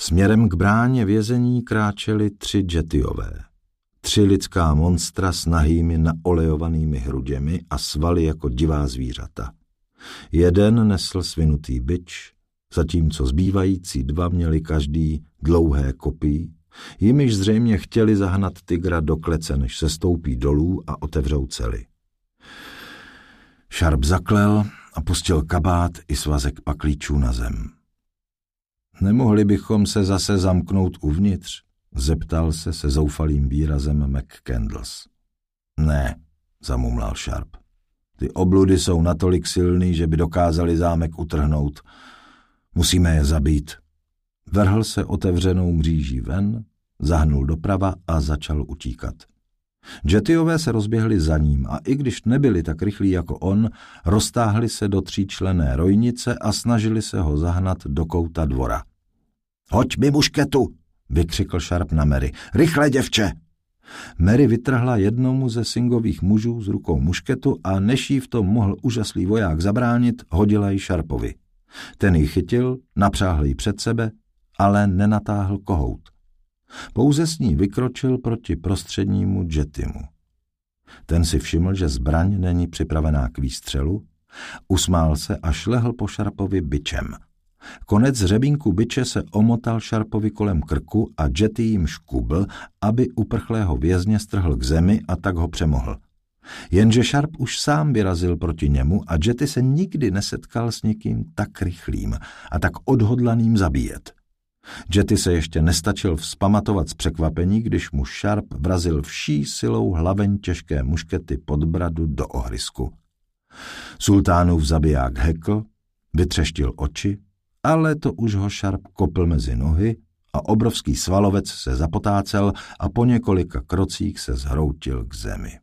Směrem k bráně vězení kráčeli 3 Jetiové. 3 lidská monstra s nahými naolejovanými hruděmi a svaly jako divá zvířata. Jeden nesl svinutý bič, zatímco zbývající 2 měli každý dlouhé kopí, jimiž zřejmě chtěli zahnat tygra do klece, než se stoupí dolů a otevřou cely. Sharp zaklel a pustil kabát i svazek paklíčů na zem. Nemohli bychom se zase zamknout uvnitř? Zeptal se zoufalým výrazem McCandless. Ne, zamumlal Sharp. Ty obludy jsou natolik silný, že by dokázali zámek utrhnout. Musíme je zabít. Vrhl se otevřenou mříží ven, zahnul doprava a začal utíkat. Jetiové se rozběhli za ním a i když nebyli tak rychlí jako on, roztáhli se do 3členné rojnice a snažili se ho zahnat do kouta dvora. Hoď mi mušketu, vykřikl Sharp na Mary. Rychle, děvče! Mary vytrhla jednomu ze Singových mužů z rukou mušketu a než jí v tom mohl úžaslý voják zabránit, hodila ji Sharpovi. Ten ji chytil, napřáhl ji před sebe, ale nenatáhl kohout. Pouze s ní vykročil proti prostřednímu Jetimu. Ten si všiml, že zbraň není připravená k výstřelu, usmál se a šlehl po Sharpovi bičem. Konec hřebínku biče se omotal Sharpovi kolem krku a Jetty jim škubl, aby uprchlého vězně strhl k zemi a tak ho přemohl. Jenže Sharp už sám vyrazil proti němu a Jetty se nikdy nesetkal s někým tak rychlým a tak odhodlaným zabíjet. Jetty se ještě nestačil vzpamatovat z překvapení, když mu Sharp vrazil vší silou hlaveň těžké muškety pod bradu do ohrysku. Sultánův zabiják hekl, vytřeštil oči, ale to už ho Sharp kopl mezi nohy a obrovský svalovec se zapotácel a po několika krocích se zhroutil k zemi.